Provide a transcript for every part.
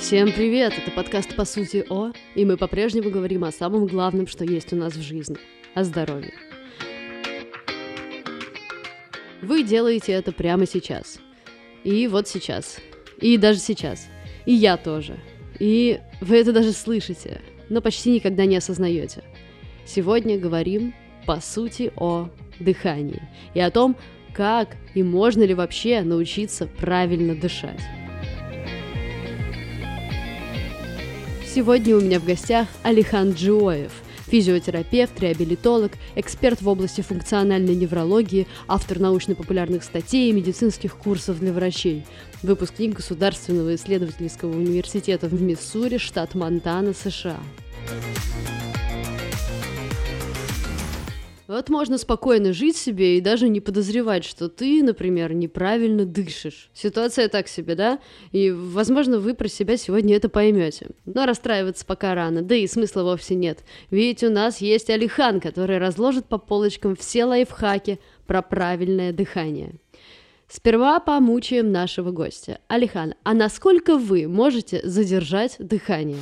Всем привет! Это подкаст «По сути О», и мы по-прежнему говорим о самом главном, что есть у нас в жизни – о здоровье. Вы делаете это прямо сейчас. И вот сейчас. И даже сейчас. И я тоже. И вы это даже слышите, но почти никогда не осознаете. Сегодня говорим, по сути, о дыхании и о том, как и можно ли вообще научиться правильно дышать. Сегодня у меня в гостях Алихан Джиоев, физиотерапевт, реабилитолог, эксперт в области функциональной неврологии, автор научно-популярных статей и медицинских курсов для врачей, выпускник Государственного исследовательского университета в Миссури, штат Монтана, США. Вот можно спокойно жить себе и даже не подозревать, что ты, например, неправильно дышишь. Ситуация так себе, да? И, возможно, вы про себя сегодня это поймете. Но расстраиваться пока рано, да и смысла вовсе нет. Ведь у нас есть Алихан, который разложит по полочкам все лайфхаки про правильное дыхание. Сперва помучаем нашего гостя. Алихан, а насколько вы можете задержать дыхание?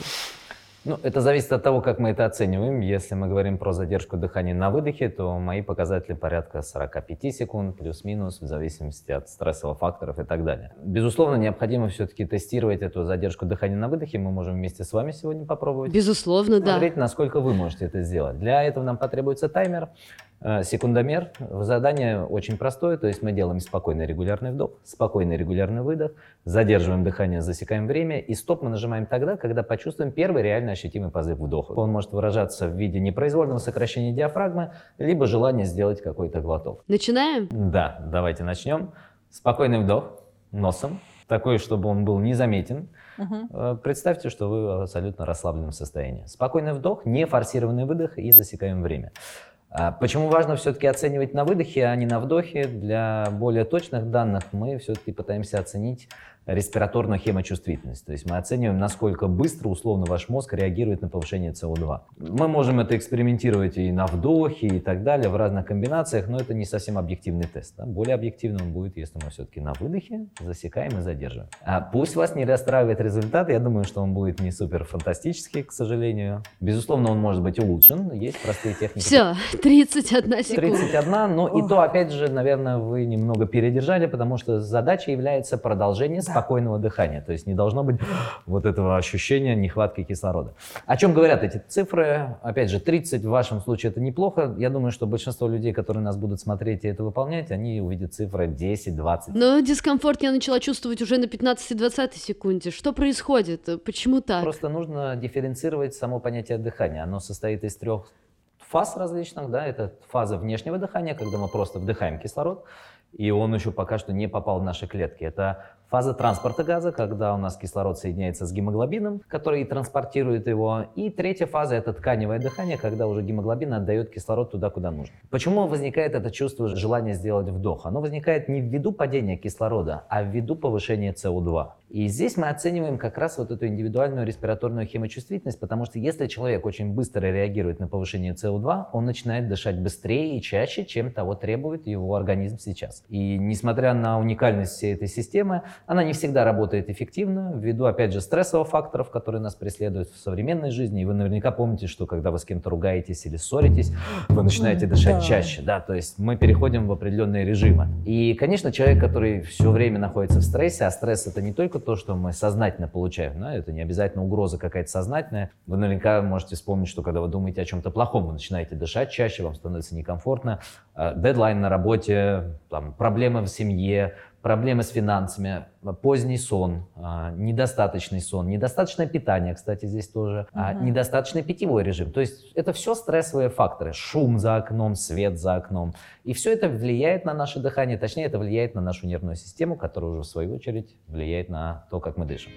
Это зависит от того, как мы это оцениваем. Если мы говорим про задержку дыхания на выдохе, то мои показатели порядка 45 секунд, плюс-минус, в зависимости от стрессовых факторов и так далее. Безусловно, необходимо все-таки тестировать эту задержку дыхания на выдохе. Мы можем вместе с вами сегодня попробовать. Безусловно, да. Смотреть, насколько вы можете это сделать. Для этого нам потребуется таймер, секундомер. Задание очень простое, то есть мы делаем спокойный регулярный вдох, спокойный регулярный выдох, задерживаем дыхание, засекаем время, и стоп мы нажимаем тогда, когда почувствуем первый реально ощутимый позыв вдоха. Он может выражаться в виде непроизвольного сокращения диафрагмы, либо желания сделать какой-то глоток. Начинаем? Да, давайте начнем. Спокойный вдох носом, такой, чтобы он был незаметен. Представьте, что вы в абсолютно расслабленном состоянии. Спокойный вдох, не форсированный выдох, и засекаем время. Почему важно все-таки оценивать на выдохе, а не на вдохе? Для более точных данных мы все-таки пытаемся оценить респираторную хемочувствительность. То есть мы оцениваем, насколько быстро условно ваш мозг реагирует на повышение СО2. Мы можем это экспериментировать и на вдохе, и так далее, в разных комбинациях, но это не совсем объективный тест. Да? Более объективным он будет, если мы все-таки на выдохе засекаем и задерживаем. Пусть вас не расстраивает результат, я думаю, что он будет не супер фантастический, к сожалению. Безусловно, он может быть улучшен, есть простые техники. Все, 31 секунда. 31, но и то, опять же, наверное, вы немного передержали, потому что задача является продолжение спокойного дыхания. То есть не должно быть вот этого ощущения нехватки кислорода. О чем говорят эти цифры? Опять же, 30 в вашем случае это неплохо. Я думаю, что большинство людей, которые нас будут смотреть и это выполнять, они увидят цифры 10-20. Но дискомфорт я начала чувствовать уже на 15-20 секунде. Что происходит? Почему так? Просто нужно дифференцировать само понятие дыхания. Оно состоит из 3 фаз различных. Да? Это фаза внешнего дыхания, когда мы просто вдыхаем кислород, и он еще пока что не попал в наши клетки. Это фаза транспорта газа, когда у нас кислород соединяется с гемоглобином, который транспортирует его. И 3-я фаза – это тканевое дыхание, когда уже гемоглобин отдает кислород туда, куда нужно. Почему возникает это чувство желания сделать вдох? Оно возникает не ввиду падения кислорода, а ввиду повышения СО2. И здесь мы оцениваем как раз вот эту индивидуальную респираторную хемочувствительность, потому что если человек очень быстро реагирует на повышение СО2, он начинает дышать быстрее и чаще, чем того требует его организм сейчас. И несмотря на уникальность всей этой системы, она не всегда работает эффективно, ввиду, опять же, стрессовых факторов, которые нас преследуют в современной жизни. И вы наверняка помните, что когда вы с кем-то ругаетесь или ссоритесь, вы начинаете дышать чаще. Да? То есть мы переходим в определенные режимы. И, конечно, человек, который все время находится в стрессе, а стресс — это не только то, что мы сознательно получаем, да? Это не обязательно угроза какая-то сознательная. Вы наверняка можете вспомнить, что когда вы думаете о чем-то плохом, вы начинаете дышать чаще, вам становится некомфортно. Дедлайн на работе, там, проблемы в семье, проблемы с финансами, поздний сон, недостаточный сон, недостаточное питание, кстати, здесь тоже, недостаточный питьевой режим. То есть это все стрессовые факторы. Шум за окном, свет за окном. И все это влияет на наше дыхание, точнее, это влияет на нашу нервную систему, которая уже в свою очередь влияет на то, как мы дышим.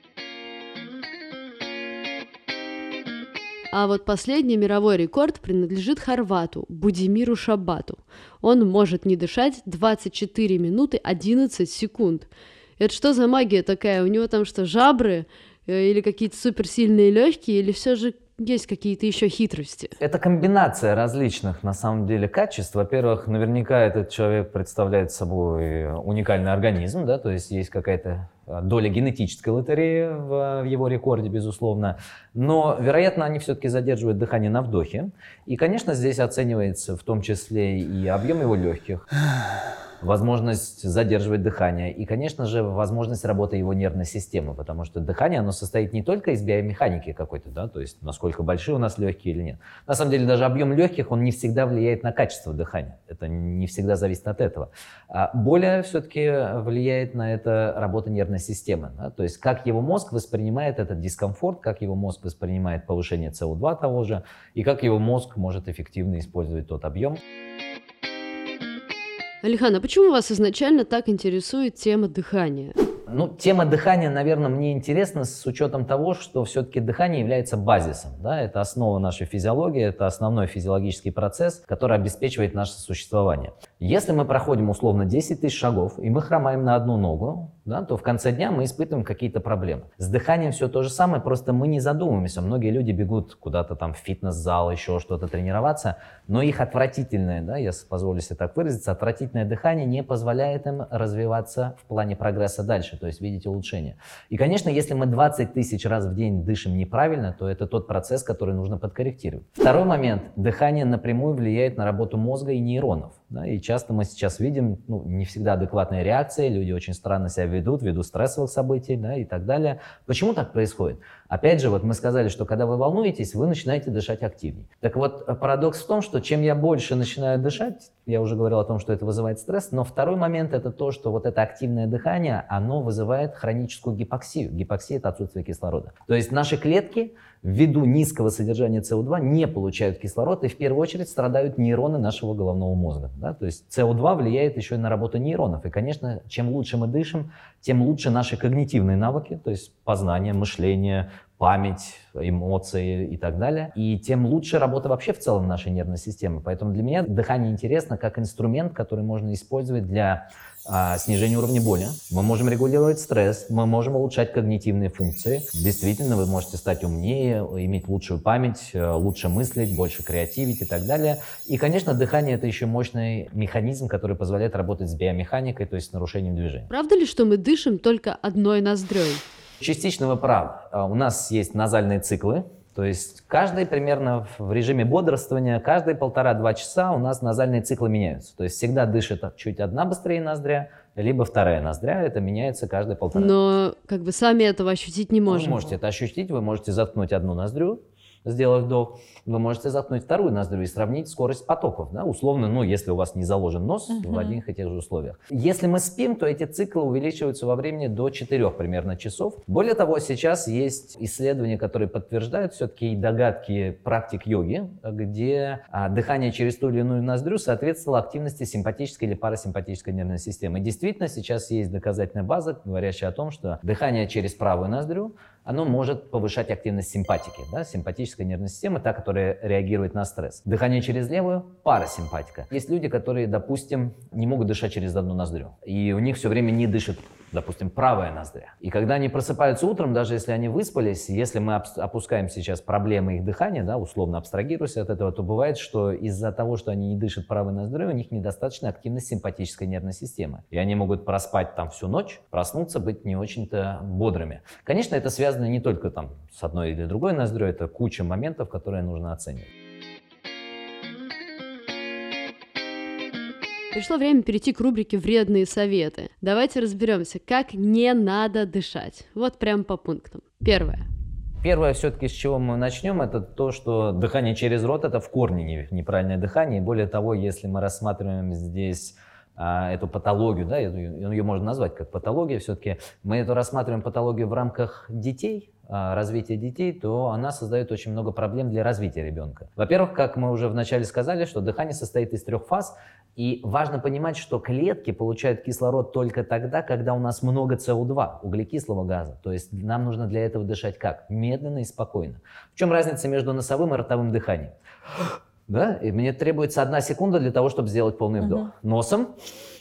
А вот последний мировой рекорд принадлежит хорвату Будимиру Шабату. Он может не дышать 24 минуты 11 секунд. Это что за магия такая? У него там что, жабры? Или какие-то суперсильные легкие? Или все же есть какие-то еще хитрости? Это комбинация различных, на самом деле, качеств. Во-первых, наверняка этот человек представляет собой уникальный организм, да, то есть есть какая-то доля генетической лотереи в его рекорде, безусловно. Но, вероятно, они все-таки задерживают дыхание на вдохе. И, конечно, здесь оценивается в том числе и объем его легких, возможность задерживать дыхание и, конечно же, возможность работы его нервной системы, потому что дыхание, оно состоит не только из биомеханики какой-то, да, то есть насколько большие у нас легкие или нет. На самом деле даже объем легких, он не всегда влияет на качество дыхания, это не всегда зависит от этого. Более все-таки влияет на это работа нервной системы, да, то есть как его мозг воспринимает этот дискомфорт, как его мозг воспринимает повышение СО2 того же, и как его мозг может эффективно использовать тот объем. Алихан, а почему вас изначально так интересует тема дыхания? Ну, тема дыхания, наверное, мне интересна с учетом того, что все-таки дыхание является базисом. Да? Это основа нашей физиологии, это основной физиологический процесс, который обеспечивает наше существование. Если мы проходим условно 10 тысяч шагов, и мы хромаем на одну ногу, да, то в конце дня мы испытываем какие-то проблемы. С дыханием все то же самое, просто мы не задумываемся. Многие люди бегут куда-то там в фитнес-зал, еще что-то тренироваться, но их отвратительное, да, я позволю себе так выразиться, отвратительное дыхание не позволяет им развиваться в плане прогресса дальше, то есть видеть улучшение. И, конечно, если мы 20 тысяч раз в день дышим неправильно, то это тот процесс, который нужно подкорректировать. Второй момент. Дыхание напрямую влияет на работу мозга и нейронов. Да, и часто мы сейчас видим, ну, не всегда адекватные реакции, люди очень странно себя ведут ввиду стрессовых событий, да, и так далее. Почему так происходит? Опять же, вот мы сказали, что когда вы волнуетесь, вы начинаете дышать активнее. Так вот, парадокс в том, что чем я больше начинаю дышать, я уже говорил о том, что это вызывает стресс, но второй момент это то, что вот это активное дыхание, оно вызывает хроническую гипоксию. Гипоксия – это отсутствие кислорода. То есть наши клетки ввиду низкого содержания СО2 не получают кислород, и в первую очередь страдают нейроны нашего головного мозга. Да? То есть СО2 влияет еще и на работу нейронов. И, конечно, чем лучше мы дышим, тем лучше наши когнитивные навыки, то есть познание, мышление, память, эмоции и так далее. И тем лучше работа вообще в целом нашей нервной системы. Поэтому для меня дыхание интересно как инструмент, который можно использовать для снижения уровня боли. Мы можем регулировать стресс, мы можем улучшать когнитивные функции. Действительно, вы можете стать умнее, иметь лучшую память, лучше мыслить, больше креативить и так далее. И, конечно, дыхание – это еще мощный механизм, который позволяет работать с биомеханикой, то есть с нарушением движения. Правда ли, что мы дышим только одной ноздрёй? Частично вы правы. У нас есть назальные циклы, то есть каждый примерно в режиме бодрствования, каждые 1,5-2 часа у нас назальные циклы меняются. То есть всегда дышит чуть одна быстрее ноздря, либо вторая ноздря, это меняется каждые 1,5. Но как бы сами этого ощутить не можем. Вы можете это ощутить, вы можете заткнуть одну ноздрю, сделав вдох, вы можете заткнуть вторую ноздрю и сравнить скорость потоков, да, условно, ну, если у вас не заложен нос в одних и тех же условиях. Если мы спим, то эти циклы увеличиваются во времени до 4 примерно часов. Более того, сейчас есть исследования, которые подтверждают все-таки догадки практик йоги, где дыхание через ту или иную ноздрю соответствовало активности симпатической или парасимпатической нервной системы. И действительно, сейчас есть доказательная база, говорящая о том, что дыхание через правую ноздрю, оно может повышать активность симпатики, да, симпатической нервной системы, та, которая реагирует на стресс. Дыхание через левую – парасимпатика. Есть люди, которые, допустим, не могут дышать через одну ноздрю, и у них все время не дышит, допустим, правая ноздря. И когда они просыпаются утром, даже если они выспались, если мы опускаем сейчас проблемы их дыхания, да, условно абстрагируясь от этого, то бывает, что из-за того, что они не дышат правой ноздрёй, у них недостаточная активность симпатической нервной системы. И они могут проспать там всю ночь, проснуться, быть не очень-то бодрыми. Конечно, это связано не только там с одной или другой ноздрёй, это куча моментов, которые нужно оценивать. Пришло время перейти к рубрике «Вредные советы». Давайте разберемся, как не надо дышать. Вот прямо по пунктам. Первое. Первое, все-таки, с чего мы начнем, это то, что дыхание через рот – это в корне неправильное дыхание. И более того, если мы рассматриваем здесь эту патологию, да, ее можно назвать как патология, все-таки мы эту рассматриваем патологию в рамках детей, развития детей, то она создает очень много проблем для развития ребенка. Во-первых, как мы уже вначале сказали, что дыхание состоит из 3 фаз, и важно понимать, что клетки получают кислород только тогда, когда у нас много СО2, углекислого газа. То есть нам нужно для этого дышать как? Медленно и спокойно. В чем разница между носовым и ротовым дыханием? Да? И мне требуется 1 секунда для того, чтобы сделать полный вдох. Носом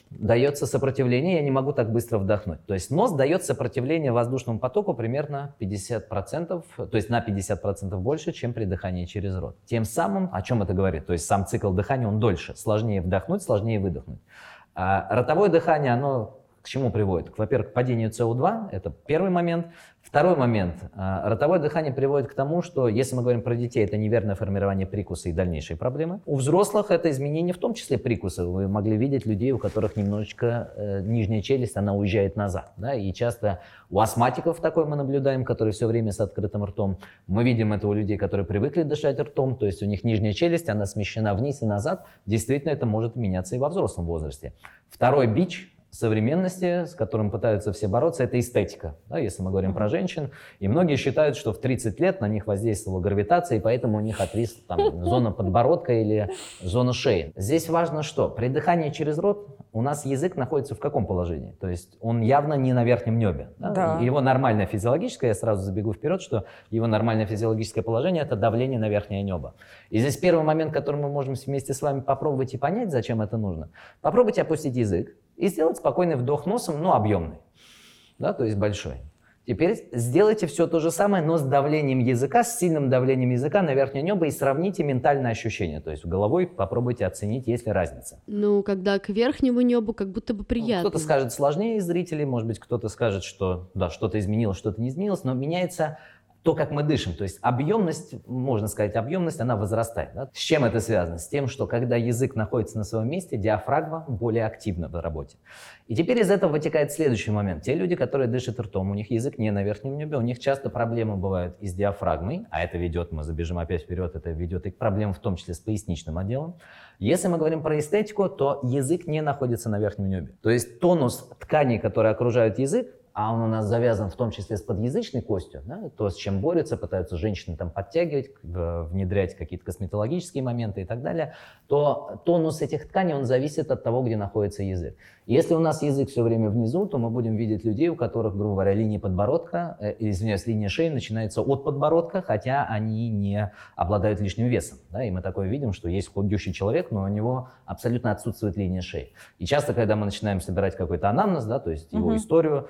дается сопротивление, я не могу так быстро вдохнуть. То есть нос дает сопротивление воздушному потоку примерно 50%, то есть на 50% больше, чем при дыхании через рот. Тем самым, о чем это говорит? То есть сам цикл дыхания, он дольше, сложнее вдохнуть, сложнее выдохнуть. А ротовое дыхание, оно к чему приводит? Во-первых, к падению СО2, это первый момент. Второй момент. Ротовое дыхание приводит к тому, что, если мы говорим про детей, это неверное формирование прикуса и дальнейшие проблемы. У взрослых это изменение, в том числе прикуса. Вы могли видеть людей, у которых немножечко нижняя челюсть, она уезжает назад. Да? И часто у астматиков такое мы наблюдаем, которые все время с открытым ртом. Мы видим это у людей, которые привыкли дышать ртом, то есть у них нижняя челюсть, она смещена вниз и назад. Действительно, это может меняться и во взрослом возрасте. Второй бич современности, с которым пытаются все бороться, это эстетика, да, если мы говорим про женщин. И многие считают, что в 30 лет на них воздействовала гравитация, и поэтому у них отвисла там зона подбородка или зона шеи. Здесь важно что? При дыхании через рот у нас язык находится в каком положении? То есть он явно не на верхнем небе. Да? Да. Его нормальное физиологическое, я сразу забегу вперед, что его нормальное физиологическое положение – это давление на верхнее небо. И здесь первый момент, который мы можем вместе с вами попробовать и понять, зачем это нужно. Попробуйте опустить язык и сделать спокойный вдох носом, но объемный, да, то есть большой. Теперь сделайте все то же самое, но с давлением языка, с сильным давлением языка на верхнее небо и сравните ментальное ощущение. То есть головой попробуйте оценить, есть ли разница. Ну, когда к верхнему небу как будто бы приятно. Кто-то скажет сложнее из зрителей, может быть, кто-то скажет, что да, что-то изменилось, что-то не изменилось, но меняется то, как мы дышим. То есть объемность, можно сказать, объемность, она возрастает. Да? С чем это связано? С тем, что когда язык находится на своем месте, диафрагма более активна в работе. И теперь из этого вытекает следующий момент. Те люди, которые дышат ртом, у них язык не на верхнем небе, у них часто проблемы бывают и с диафрагмой, а это ведет, мы забежим опять вперед, это ведет и к проблемам, в том числе с поясничным отделом. Если мы говорим про эстетику, то язык не находится на верхнем небе. То есть тонус тканей, которые окружают язык, а он у нас завязан в том числе с подъязычной костью, да, то, с чем борются, пытаются женщины там подтягивать, внедрять какие-то косметологические моменты и так далее, то тонус этих тканей, он зависит от того, где находится язык. Если у нас язык все время внизу, то мы будем видеть людей, у которых, грубо говоря, линия подбородка, линия шеи начинается от подбородка, хотя они не обладают лишним весом. Да, и мы такое видим, что есть худющий человек, но у него абсолютно отсутствует линия шеи. И часто, когда мы начинаем собирать какой-то анамнез, да, то есть его историю,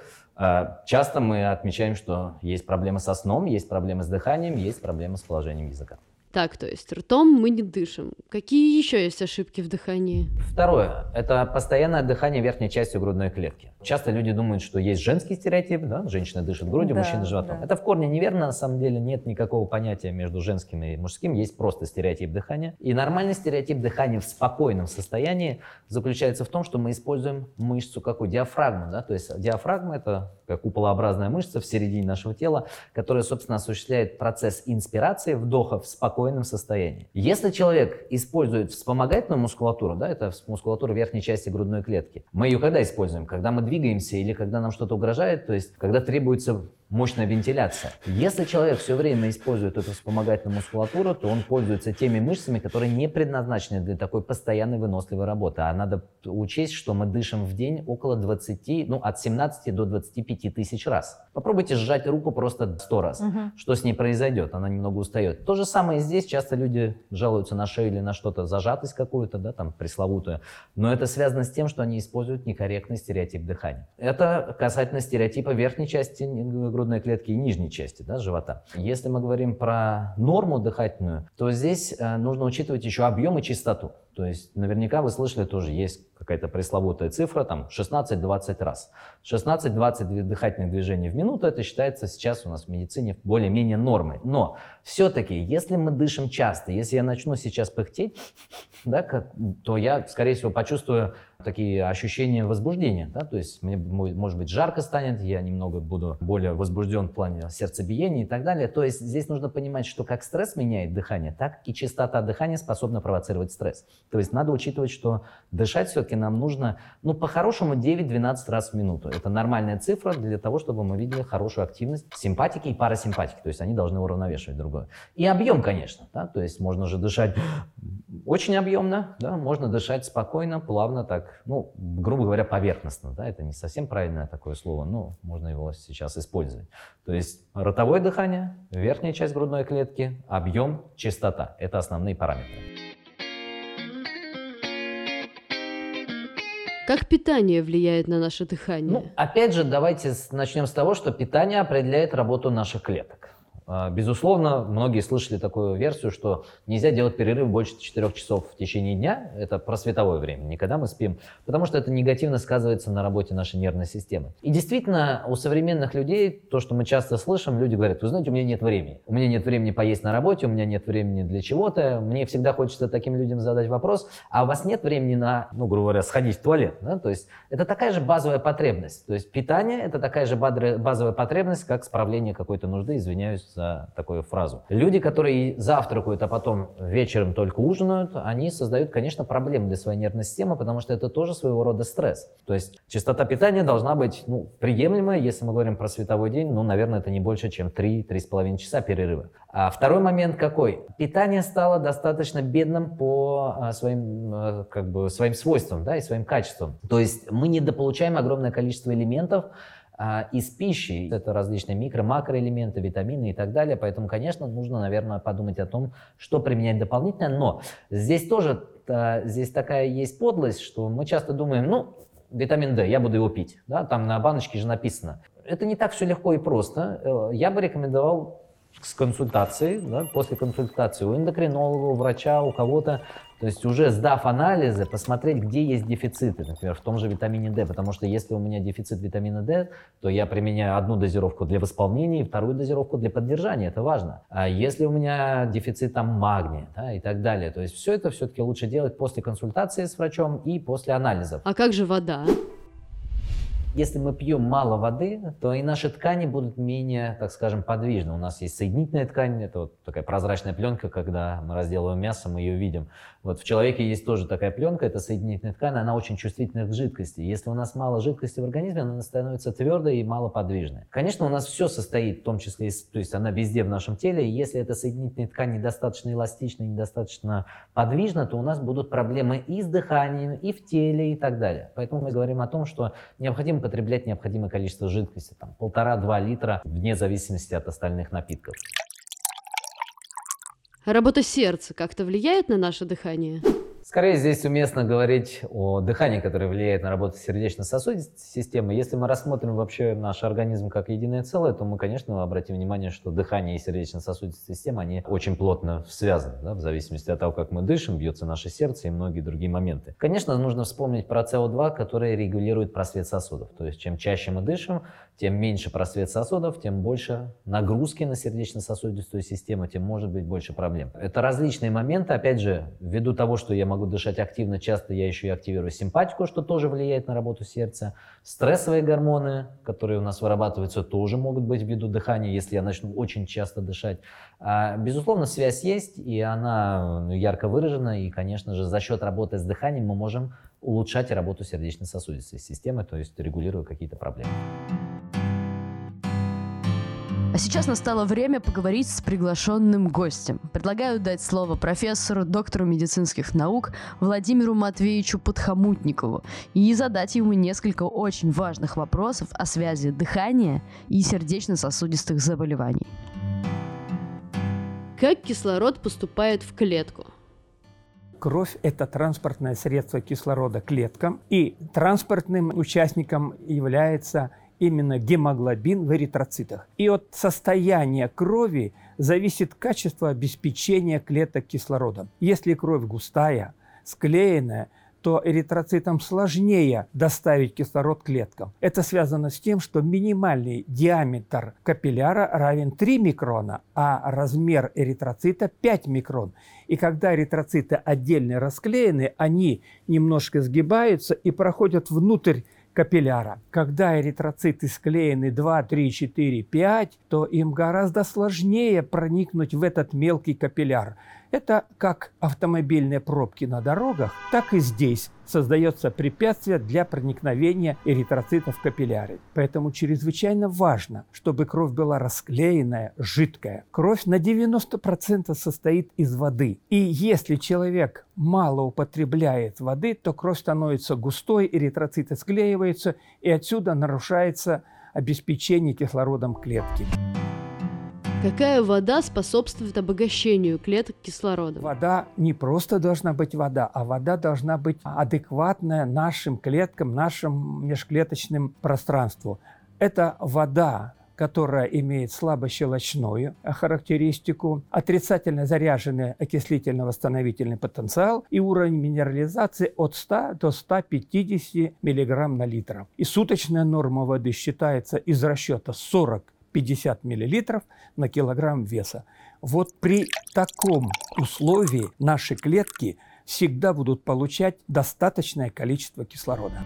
часто мы отмечаем, что есть проблемы со сном, есть проблемы с дыханием, есть проблемы с положением языка. Так, то есть ртом мы не дышим. Какие еще есть ошибки в дыхании? Второе – это постоянное дыхание верхней частью грудной клетки. Часто люди думают, что есть женский стереотип, да? Женщина дышит грудью, Да, мужчина животом. да. Это в корне неверно, на самом деле нет никакого понятия между женским и мужским, есть просто стереотип дыхания. И нормальный стереотип дыхания в спокойном состоянии заключается в том, что мы используем мышцу какую? Диафрагму. Да? То есть диафрагма – это как куполообразная мышца в середине нашего тела, которая, собственно, осуществляет процесс инспирации, вдоха в спокойном состоянии. Если человек использует вспомогательную мускулатуру, да, это мускулатура верхней части грудной клетки, мы ее когда используем? Когда мы двигаемся или когда нам что-то угрожает, то есть когда требуется мощная вентиляция. Если человек все время использует эту вспомогательную мускулатуру, то он пользуется теми мышцами, которые не предназначены для такой постоянной выносливой работы. А надо учесть, что мы дышим в день около 20, от 17 до 25 тысяч раз. Попробуйте сжать руку просто 100 раз. Что с ней произойдет? Она немного устает. То же самое и здесь. Часто люди жалуются на шею или на что-то, зажатость какую-то, да, там пресловутую. Но это связано с тем, что они используют некорректный стереотип дыхания. Это касательно стереотипа верхней части грудной клетки и нижней части, да, живота. Если мы говорим про норму дыхательную, то здесь нужно учитывать еще объем и частоту. То есть наверняка вы слышали, тоже есть какая-то пресловутая цифра, там 16-20 раз. 16-20 дыхательных движений в минуту, это считается сейчас у нас в медицине более-менее нормой. Но все-таки, если мы дышим часто, если я начну сейчас пыхтеть, да, то я, скорее всего, почувствую такие ощущения возбуждения. Да? То есть мне, может быть, жарко станет, я немного буду более возбужден в плане сердцебиения и так далее. То есть здесь нужно понимать, что как стресс меняет дыхание, так и частота дыхания способна провоцировать стресс. То есть надо учитывать, что дышать все-таки нам нужно, по-хорошему 9-12 раз в минуту. Это нормальная цифра для того, чтобы мы видели хорошую активность симпатики и парасимпатики. То есть они должны уравновешивать другое. И объем, конечно. Да? То есть можно же дышать очень объемно, да? Можно дышать спокойно, плавно, так, грубо говоря, поверхностно. Да? Это не совсем правильное такое слово, но можно его сейчас использовать. То есть ротовое дыхание, верхняя часть грудной клетки, объем, частота. Это основные параметры. Как питание влияет на наше дыхание? Ну, опять же, давайте начнем с того, что питание определяет работу наших клеток. Безусловно, многие слышали такую версию, что нельзя делать перерыв больше 4 часов в течение дня. Это про световое время, не когда мы спим, потому что это негативно сказывается на работе нашей нервной системы. И действительно, у современных людей, то, что мы часто слышим, люди говорят: вы знаете, у меня нет времени. У меня нет времени поесть на работе, у меня нет времени для чего-то. Мне всегда хочется таким людям задать вопрос: а у вас нет времени на, грубо говоря, сходить в туалет? Да? То есть это такая же базовая потребность. То есть питание – это такая же базовая потребность, как справление какой-то нужды, извиняюсь за такую фразу. Люди, которые завтракают, а потом вечером только ужинают, они создают, конечно, проблемы для своей нервной системы, потому что это тоже своего рода стресс. То есть частота питания должна быть приемлемая, если мы говорим про световой день, наверное, это не больше, чем 3-3,5 часа перерыва. А второй момент какой? Питание стало достаточно бедным по своим свойствам, да, и своим качествам. То есть мы недополучаем огромное количество элементов из пищи. Это различные микро-макроэлементы, витамины и так далее. Поэтому, конечно, нужно, наверное, подумать о том, что применять дополнительно. Но здесь тоже такая есть подлость, что мы часто думаем: витамин D, я буду его пить. Да? Там на баночке же написано. Это не так все легко и просто. Я бы рекомендовал с консультацией, да, после консультации у эндокринолога, у врача, у кого-то, то есть уже сдав анализы, посмотреть, где есть дефициты, например, в том же витамине D, потому что если у меня дефицит витамина D, то я применяю одну дозировку для восполнения и вторую дозировку для поддержания, это важно. А если у меня дефицит магния, да, и так далее, то есть все это все-таки лучше делать после консультации с врачом и после анализов. А как же вода? Если мы пьем мало воды, то и наши ткани будут менее, так скажем, подвижны. У нас есть соединительная ткань, это такая прозрачная пленка, когда мы разделываем мясо, мы ее видим. В человеке есть тоже такая пленка, это соединительная ткань, она очень чувствительна к жидкости. Если у нас мало жидкости в организме, она становится твердой и малоподвижной. Конечно, у нас все состоит, в том числе, то есть она везде в нашем теле, и если эта соединительная ткань недостаточно эластична, недостаточно подвижна, то у нас будут проблемы и с дыханием, и в теле, и так далее. Поэтому мы говорим о том, что необходимо потреблять необходимое количество жидкости, 1,5-2 литра, вне зависимости от остальных напитков. Работа сердца как-то влияет на наше дыхание? Скорее, здесь уместно говорить о дыхании, которое влияет на работу сердечно-сосудистой системы. Если мы рассмотрим вообще наш организм как единое целое, то мы, конечно, обратим внимание, что дыхание и сердечно-сосудистая система, они очень плотно связаны. Да, в зависимости от того, как мы дышим, бьется наше сердце и многие другие моменты. Конечно, нужно вспомнить про СО2, который регулирует просвет сосудов. То есть, чем чаще мы дышим, тем меньше просвет сосудов, тем больше нагрузки на сердечно-сосудистую систему, тем может быть больше проблем. Это различные моменты. Опять же, ввиду того, что я могу дышать активно, часто я еще и активирую симпатику, что тоже влияет на работу сердца. Стрессовые гормоны, которые у нас вырабатываются, тоже могут быть ввиду дыхания, если я начну очень часто дышать. Безусловно, связь есть, и она ярко выражена, и, конечно же, за счет работы с дыханием мы можем улучшать работу сердечно-сосудистой системы, то есть регулируя какие-то проблемы. А сейчас настало время поговорить с приглашенным гостем. Предлагаю дать слово профессору, доктору медицинских наук Владимиру Матвеевичу Подхомутникову и задать ему несколько очень важных вопросов о связи дыхания и сердечно-сосудистых заболеваний. Как кислород поступает в клетку? Кровь – это транспортное средство кислорода клеткам, и транспортным участником является именно гемоглобин в эритроцитах. И от состояния крови зависит качество обеспечения клеток кислородом. Если кровь густая, склеенная, то эритроцитам сложнее доставить кислород клеткам. Это связано с тем, что минимальный диаметр капилляра равен 3 микрона, а размер эритроцита 5 микрон. И когда эритроциты отдельно расклеены, они немножко сгибаются и проходят внутрь капилляра. Когда эритроциты склеены 2, 3, 4, 5, то им гораздо сложнее проникнуть в этот мелкий капилляр. Это как автомобильные пробки на дорогах, так и здесь создается препятствие для проникновения эритроцитов в капилляры. Поэтому чрезвычайно важно, чтобы кровь была расклеенная, жидкая. Кровь на 90% состоит из воды. И если человек мало употребляет воды, то кровь становится густой, эритроциты склеиваются, и отсюда нарушается обеспечение кислородом клетки. Какая вода способствует обогащению клеток кислородом? Вода не просто должна быть вода, а вода должна быть адекватная нашим клеткам, нашему межклеточному пространству. Это вода, которая имеет слабощелочную характеристику, отрицательно заряженный окислительно-восстановительный потенциал и уровень минерализации от 100 до 150 мг на литр. И суточная норма воды считается из расчета 40-50 мл на килограмм веса. Вот при таком условии наши клетки всегда будут получать достаточное количество кислорода.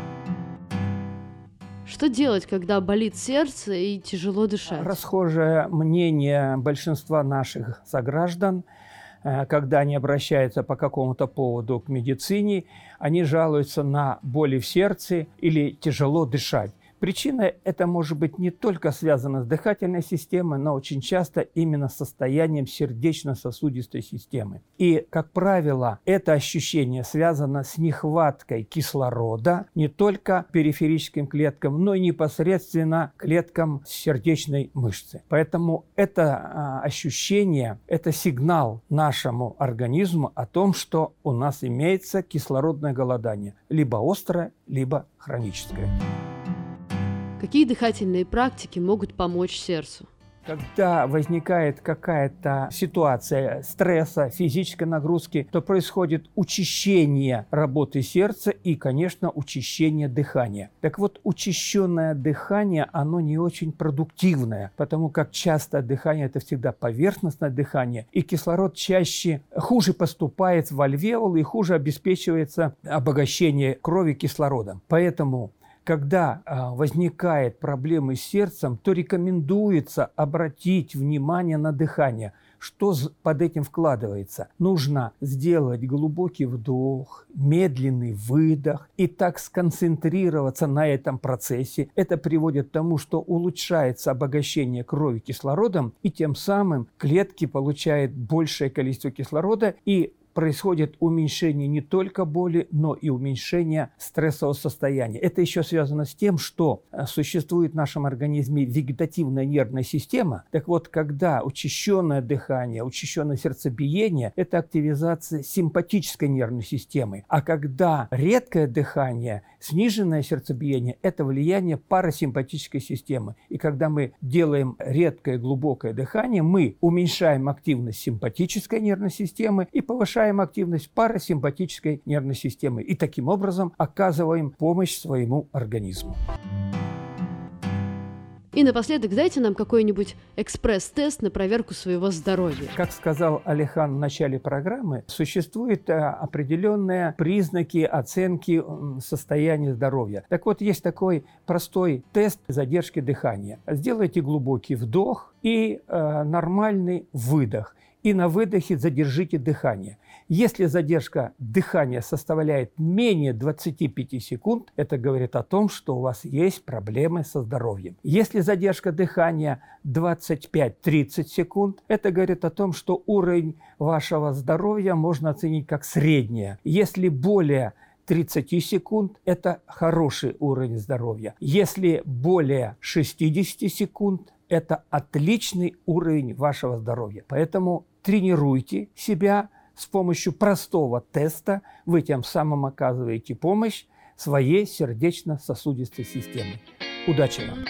Что делать, когда болит сердце и тяжело дышать? Расхожее мнение большинства наших сограждан, когда они обращаются по какому-то поводу к медицине, они жалуются на боли в сердце или тяжело дышать. Причина это может быть не только связана с дыхательной системой, но очень часто именно с состоянием сердечно-сосудистой системы. И, как правило, это ощущение связано с нехваткой кислорода не только периферическим клеткам, но и непосредственно клеткам сердечной мышцы. Поэтому это ощущение, это сигнал нашему организму о том, что у нас имеется кислородное голодание, либо острое, либо хроническое. Какие дыхательные практики могут помочь сердцу? Когда возникает какая-то ситуация стресса, физической нагрузки, то происходит учащение работы сердца и, конечно, учащение дыхания. Так вот, учащенное дыхание, оно не очень продуктивное, потому как часто дыхание – это всегда поверхностное дыхание, и кислород чаще хуже поступает в альвеолы и хуже обеспечивается обогащение крови кислородом. Поэтому когда возникает проблемы с сердцем, то рекомендуется обратить внимание на дыхание. Что под этим вкладывается? Нужно сделать глубокий вдох, медленный выдох и так сконцентрироваться на этом процессе. Это приводит к тому, что улучшается обогащение крови кислородом, и тем самым клетки получают большее количество кислорода, и происходит уменьшение не только боли, но и уменьшение стрессового состояния. Это еще связано с тем, что существует в нашем организме вегетативная нервная система. Так вот, когда учащенное дыхание, учащенное сердцебиение – это активизация симпатической нервной системы. А когда редкое дыхание, сниженное сердцебиение – это влияние парасимпатической системы. И когда мы делаем редкое глубокое дыхание, мы уменьшаем активность симпатической нервной системы и повышаем активность парасимпатической нервной системы. И таким образом оказываем помощь своему организму. И напоследок дайте нам какой-нибудь экспресс-тест на проверку своего здоровья. Как сказал Алихан в начале программы, существуют определенные признаки оценки состояния здоровья. Так вот, есть такой простой тест задержки дыхания. Сделайте глубокий вдох и нормальный выдох. И на выдохе задержите дыхание. Если задержка дыхания составляет менее 25 секунд, это говорит о том, что у вас есть проблемы со здоровьем. Если задержка дыхания 25-30 секунд, это говорит о том, что уровень вашего здоровья можно оценить как среднее. Если более 30 секунд – это хороший уровень здоровья. Если более 60 секунд – это отличный уровень вашего здоровья. Поэтому тренируйте себя с помощью простого теста. Вы тем самым оказываете помощь своей сердечно-сосудистой системе. Удачи вам!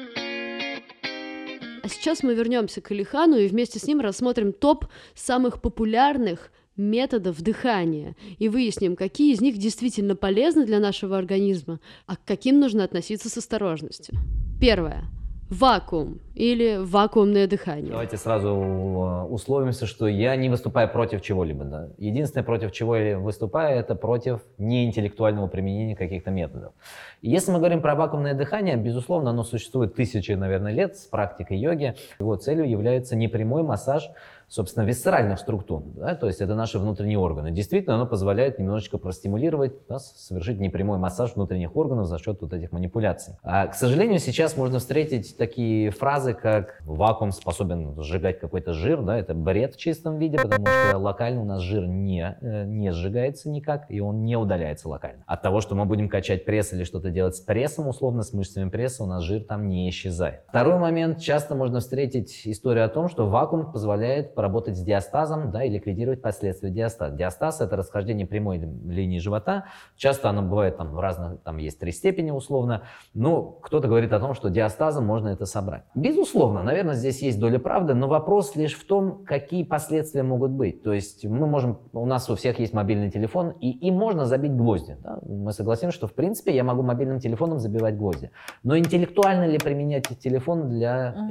А сейчас мы вернемся к Алихану и вместе с ним рассмотрим топ самых популярных методов дыхания и выясним, какие из них действительно полезны для нашего организма, а к каким нужно относиться с осторожностью. Первое. Вакуум или вакуумное дыхание. Давайте сразу условимся, что я не выступаю против чего-либо. Да? Единственное, против чего я выступаю, это против неинтеллектуального применения каких-то методов. И если мы говорим про вакуумное дыхание, безусловно, оно существует тысячи, наверное, лет с практикой йоги. Его целью является не прямой массаж собственно, висцеральных структур, да, то есть это наши внутренние органы. Действительно, оно позволяет немножечко простимулировать, да, совершить непрямой массаж внутренних органов за счет вот этих манипуляций. К сожалению, сейчас можно встретить такие фразы, как вакуум способен сжигать какой-то жир, да, это бред в чистом виде, потому что локально у нас жир не сжигается никак, и он не удаляется локально. От того, что мы будем качать пресс или что-то делать с прессом, условно, с мышцами пресса, у нас жир там не исчезает. Второй момент, часто можно встретить историю о том, что вакуум позволяет поработать с диастазом, да, и ликвидировать последствия диастаза. Диастаз — это расхождение прямой линии живота. Часто оно бывает там в разных, там есть 3 степени условно. Но кто-то говорит о том, что диастазом можно это собрать. Безусловно, наверное, здесь есть доля правды, но вопрос лишь в том, какие последствия могут быть. То есть у нас у всех есть мобильный телефон, и им можно забить гвозди. Да? Мы согласимся, что в принципе я могу мобильным телефоном забивать гвозди. Но интеллектуально ли применять телефон для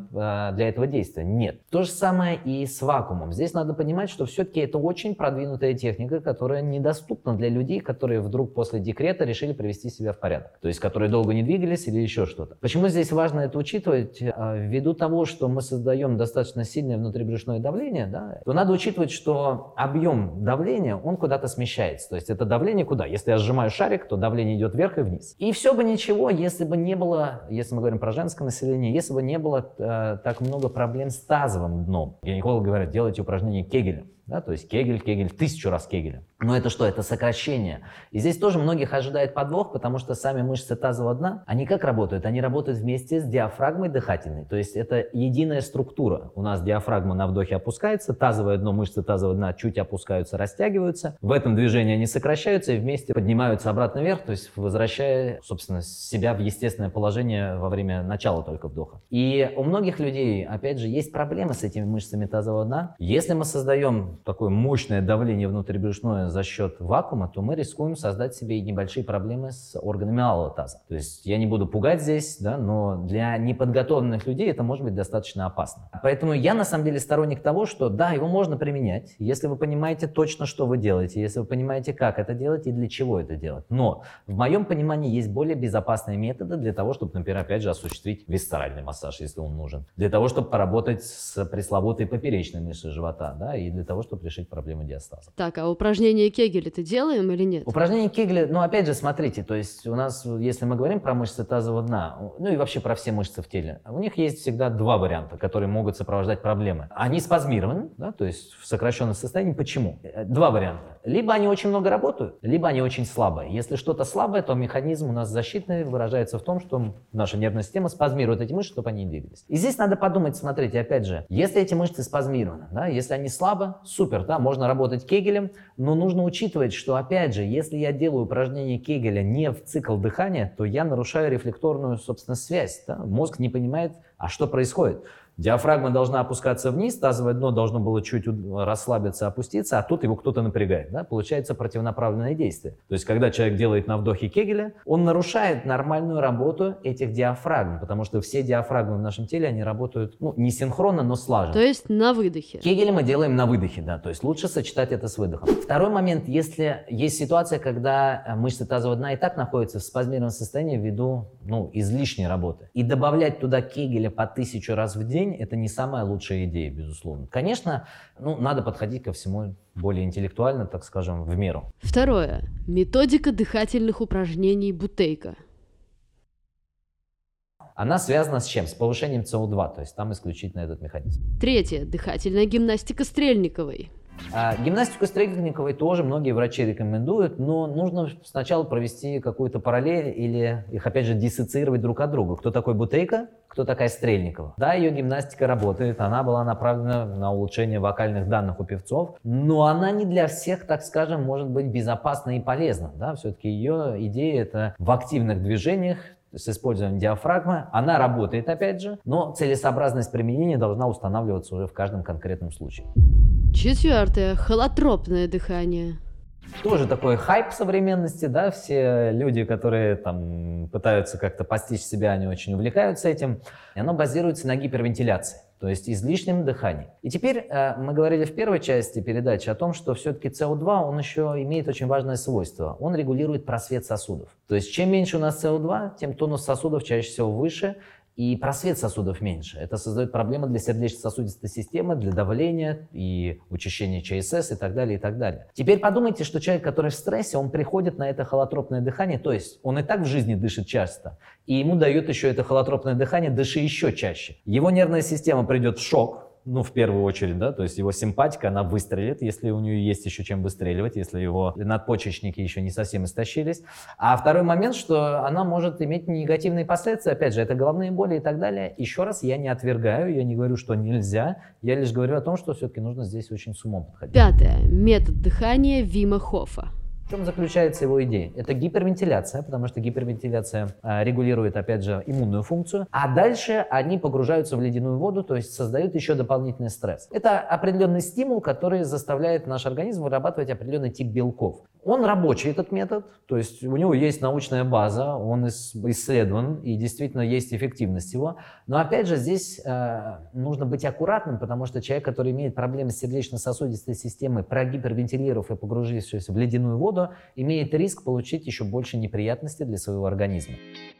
этого действия? Нет. То же самое и с вакуумом. Здесь надо понимать, что все-таки это очень продвинутая техника, которая недоступна для людей, которые вдруг после декрета решили привести себя в порядок. То есть, которые долго не двигались или еще что-то. Почему здесь важно это учитывать? Ввиду того, что мы создаем достаточно сильное внутрибрюшное давление, да, то надо учитывать, что объем давления, он куда-то смещается. То есть это давление куда? Если я сжимаю шарик, то давление идет вверх и вниз. И все бы ничего, если бы не было, если мы говорим про женское население, если бы не было так много проблем с тазовым дном. Гинекологи говорят, делайте упражнение Кегеля. Да, то есть Кегель, 1000 раз Кегеля. Но это что? Это сокращение. И здесь тоже многих ожидает подвох, потому что сами мышцы тазового дна, они как работают? Они работают вместе с диафрагмой дыхательной. То есть это единая структура. У нас диафрагма на вдохе опускается, тазовое дно, мышцы тазового дна чуть опускаются, растягиваются. В этом движении они сокращаются и вместе поднимаются обратно вверх, то есть возвращая, собственно, себя в естественное положение во время начала только вдоха. И у многих людей, опять же, есть проблемы с этими мышцами тазового дна. Если мы создаем такое мощное давление внутрибрюшное за счет вакуума, то мы рискуем создать себе и небольшие проблемы с органами малого таза. То есть я не буду пугать здесь, да, но для неподготовленных людей это может быть достаточно опасно. Поэтому я на самом деле сторонник того, что да, его можно применять, если вы понимаете точно, что вы делаете, если вы понимаете, как это делать и для чего это делать. Но в моем понимании есть более безопасные методы для того, чтобы, например, опять же осуществить висцеральный массаж, если он нужен. Для того, чтобы поработать с пресловутой поперечной мышцей живота, да, и для того, чтобы решить проблему диастаза. Так, а упражнения Кегеля ты делаем или нет? Упражнения Кегеля, ну опять же, смотрите, то есть у нас, если мы говорим про мышцы тазового дна, ну и вообще про все мышцы в теле, у них есть всегда 2 варианта, которые могут сопровождать проблемы. Они спазмированы, да, то есть в сокращенном состоянии. Почему? 2 варианта. Либо они очень много работают, либо они очень слабые. Если что-то слабое, то механизм у нас защитный выражается в том, что наша нервная система спазмирует эти мышцы, чтобы они не двигались. И здесь надо подумать, смотрите, опять же, если эти мышцы спазмированы, да, если они слабо, супер, да, можно работать Кегелем, но нужно учитывать, что, опять же, если я делаю упражнение Кегеля не в цикл дыхания, то я нарушаю рефлекторную, собственно, связь. Да? Мозг не понимает, а что происходит. Диафрагма должна опускаться вниз, тазовое дно должно было чуть расслабиться, опуститься, а тут его кто-то напрягает. Да? Получается противонаправленное действие. То есть, когда человек делает на вдохе Кегеля, он нарушает нормальную работу этих диафрагм, потому что все диафрагмы в нашем теле, они работают, ну, не синхронно, но слаженно. То есть на выдохе. Кегеля мы делаем на выдохе, да, то есть лучше сочетать это с выдохом. Второй момент, если есть ситуация, когда мышцы тазового дна и так находятся в спазмированном состоянии ввиду, ну, излишней работы, и добавлять туда Кегеля по 1000 раз в день, это не самая лучшая идея, безусловно. Конечно, ну, надо подходить ко всему более интеллектуально, так скажем, в меру. Второе. Методика дыхательных упражнений Бутейко. Она связана с чем? С повышением СО2, то есть там исключительно этот механизм. Третье. Дыхательная гимнастика Стрельниковой. Гимнастику Стрельниковой тоже многие врачи рекомендуют, но нужно сначала провести какую-то параллель или их опять же диссоциировать друг от друга. Кто такой Бутейко, кто такая Стрельникова. Да, ее гимнастика работает, она была направлена на улучшение вокальных данных у певцов, но она не для всех, так скажем, может быть безопасна и полезна. Да? Все-таки ее идея это в активных движениях, с использованием диафрагмы. Она работает, опять же, но целесообразность применения должна устанавливаться уже в каждом конкретном случае. Четвертое. Холотропное дыхание. Тоже такой хайп современности, да, все люди, которые там пытаются как-то постичь себя, они очень увлекаются этим. И оно базируется на гипервентиляции, то есть излишнем дыхании. И теперь мы говорили в первой части передачи о том, что все-таки СО2, он еще имеет очень важное свойство. Он регулирует просвет сосудов. То есть чем меньше у нас СО2, тем тонус сосудов чаще всего выше, и просвет сосудов меньше. Это создает проблемы для сердечно-сосудистой системы, для давления и учащения ЧСС и так далее, и так далее. Теперь подумайте, что человек, который в стрессе, он приходит на это холотропное дыхание, то есть он и так в жизни дышит часто, и ему дают еще это холотропное дыхание, дыши еще чаще. Его нервная система придет в шок, в первую очередь, да, то есть его симпатика, она выстрелит, если у нее есть еще чем выстреливать, если его надпочечники еще не совсем истощились. А второй момент, что она может иметь негативные последствия, опять же, это головные боли и так далее. Еще раз, я не отвергаю, я не говорю, что нельзя, я лишь говорю о том, что все-таки нужно здесь очень с умом подходить. 5. Метод дыхания Вима Хофа. В чем заключается его идея? Это гипервентиляция, потому что гипервентиляция регулирует, опять же, иммунную функцию, а дальше они погружаются в ледяную воду, то есть создают еще дополнительный стресс. Это определенный стимул, который заставляет наш организм вырабатывать определенный тип белков. Он рабочий, этот метод, то есть у него есть научная база, он исследован и действительно есть эффективность его. Но опять же здесь нужно быть аккуратным, потому что человек, который имеет проблемы с сердечно-сосудистой системой, прогипервентилировав и погрузившись в ледяную воду, имеет риск получить еще больше неприятностей для своего организма.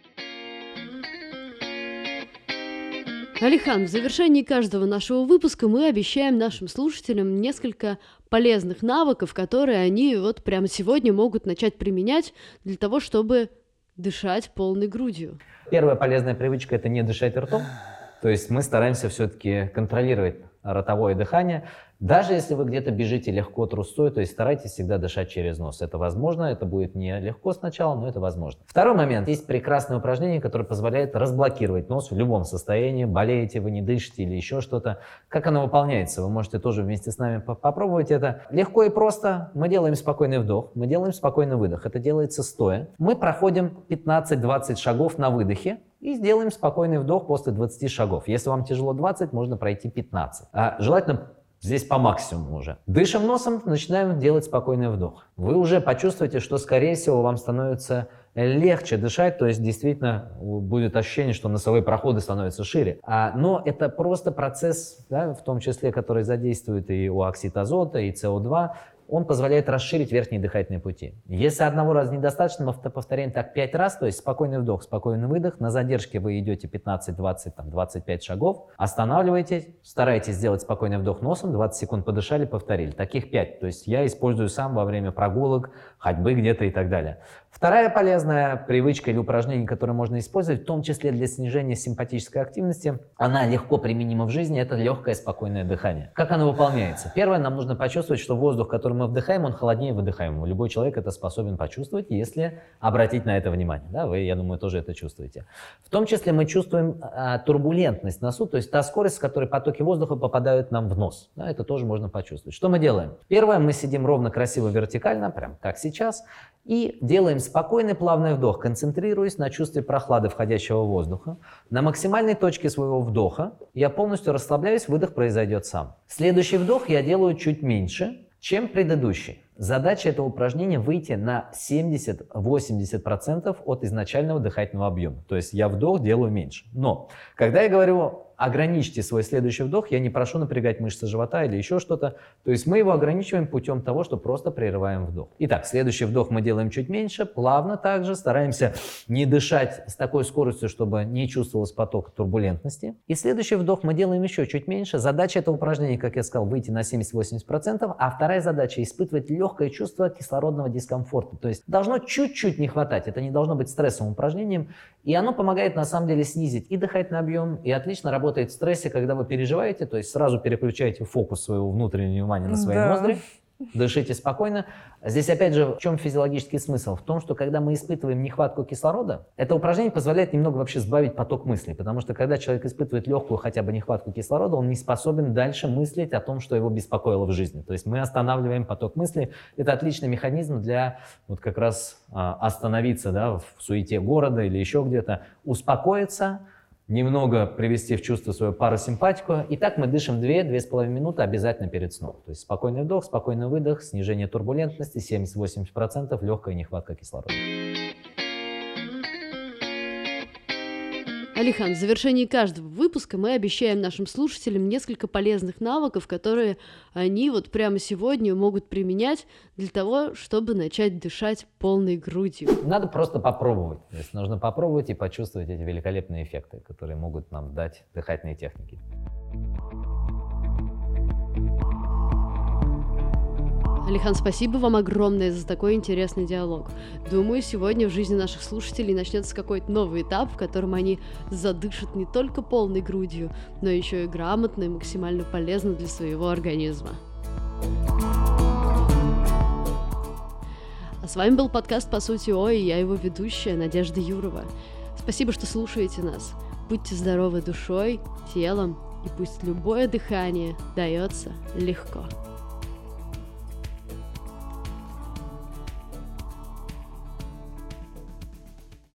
Алихан, в завершении каждого нашего выпуска мы обещаем нашим слушателям несколько полезных навыков, которые они вот прямо сегодня могут начать применять для того, чтобы дышать полной грудью. Первая полезная привычка – это не дышать ртом. То есть мы стараемся все-таки контролировать ротовое дыхание. Даже если вы где-то бежите легко трусцой, то есть старайтесь всегда дышать через нос. Это возможно, это будет не легко сначала, но это возможно. Второй момент. Есть прекрасное упражнение, которое позволяет разблокировать нос в любом состоянии. Болеете вы, не дышите или еще что-то. Как оно выполняется? Вы можете тоже вместе с нами попробовать это. Легко и просто. Мы делаем спокойный вдох, мы делаем спокойный выдох. Это делается стоя. Мы проходим 15-20 шагов на выдохе. И сделаем спокойный вдох после 20 шагов. Если вам тяжело 20, можно пройти 15. Желательно здесь по максимуму уже. Дышим носом, начинаем делать спокойный вдох. Вы уже почувствуете, что, скорее всего, вам становится легче дышать, то есть действительно будет ощущение, что носовые проходы становятся шире. Но это просто процесс, да, в том числе, который задействует и оксид азота, и СО2, он позволяет расширить верхние дыхательные пути. Если одного раза недостаточно, мы повторяем так 5 раз, то есть спокойный вдох, спокойный выдох. На задержке вы идете 15, 20, 25 шагов, останавливаетесь, старайтесь сделать спокойный вдох носом, 20 секунд подышали, повторили. Таких 5. То есть я использую сам во время прогулок, ходьбы где-то и так далее. Вторая полезная привычка или упражнение, которое можно использовать, в том числе для снижения симпатической активности, она легко применима в жизни, это легкое спокойное дыхание. Как оно выполняется? Первое, нам нужно почувствовать, что воздух, который мы вдыхаем, он холоднее выдыхаемого. Любой человек это способен почувствовать, если обратить на это внимание. Да, вы, я думаю, тоже это чувствуете. В том числе мы чувствуем турбулентность в носу, то есть та скорость, с которой потоки воздуха попадают нам в нос. Да, это тоже можно почувствовать. Что мы делаем? Первое, мы сидим ровно, красиво, вертикально, прям как сейчас, и делаем спокойный плавный вдох, концентрируясь на чувстве прохлады входящего воздуха. На максимальной точке своего вдоха я полностью расслабляюсь, выдох произойдет сам. Следующий вдох я делаю чуть меньше, чем предыдущий. Задача этого упражнения выйти на 70-80% от изначального дыхательного объема. То есть я вдох делаю меньше. Но когда я говорю ограничьте свой следующий вдох, я не прошу напрягать мышцы живота или еще что-то. То есть мы его ограничиваем путем того, что просто прерываем вдох. Итак, следующий вдох мы делаем чуть меньше, плавно также, стараемся не дышать с такой скоростью, чтобы не чувствовалось поток турбулентности. И следующий вдох мы делаем еще чуть меньше. Задача этого упражнения, как я сказал, выйти на 70-80%, а вторая задача – испытывать легкое чувство кислородного дискомфорта. То есть должно чуть-чуть не хватать, это не должно быть стрессовым упражнением, и оно помогает на самом деле снизить и дыхательный объем, и отлично работает в стрессе, когда вы переживаете, то есть сразу переключаете фокус своего внутреннего внимания на свои ноздри, дышите спокойно. Здесь опять же в чем физиологический смысл? В том, что когда мы испытываем нехватку кислорода, это упражнение позволяет немного вообще сбавить поток мыслей, потому что когда человек испытывает легкую хотя бы нехватку кислорода, он не способен дальше мыслить о том, что его беспокоило в жизни. То есть мы останавливаем поток мыслей. Это отличный механизм для вот как раз остановиться, да, в суете города или еще где-то, успокоиться, немного привести в чувство свою парасимпатику. И так мы дышим 2-2,5 минуты обязательно перед сном. То есть спокойный вдох, спокойный выдох, снижение турбулентности, 70-80%, легкая нехватка кислорода. Алихан, в завершении каждого выпуска мы обещаем нашим слушателям несколько полезных навыков, которые они вот прямо сегодня могут применять для того, чтобы начать дышать полной грудью. Надо просто попробовать. То есть нужно попробовать и почувствовать эти великолепные эффекты, которые могут нам дать дыхательные техники. Алихан, спасибо вам огромное за такой интересный диалог. Думаю, сегодня в жизни наших слушателей начнется какой-то новый этап, в котором они задышат не только полной грудью, но еще и грамотно и максимально полезно для своего организма. А с вами был подкаст «По сути Ой», и я его ведущая Надежда Юрова. Спасибо, что слушаете нас. Будьте здоровы душой, телом, и пусть любое дыхание дается легко.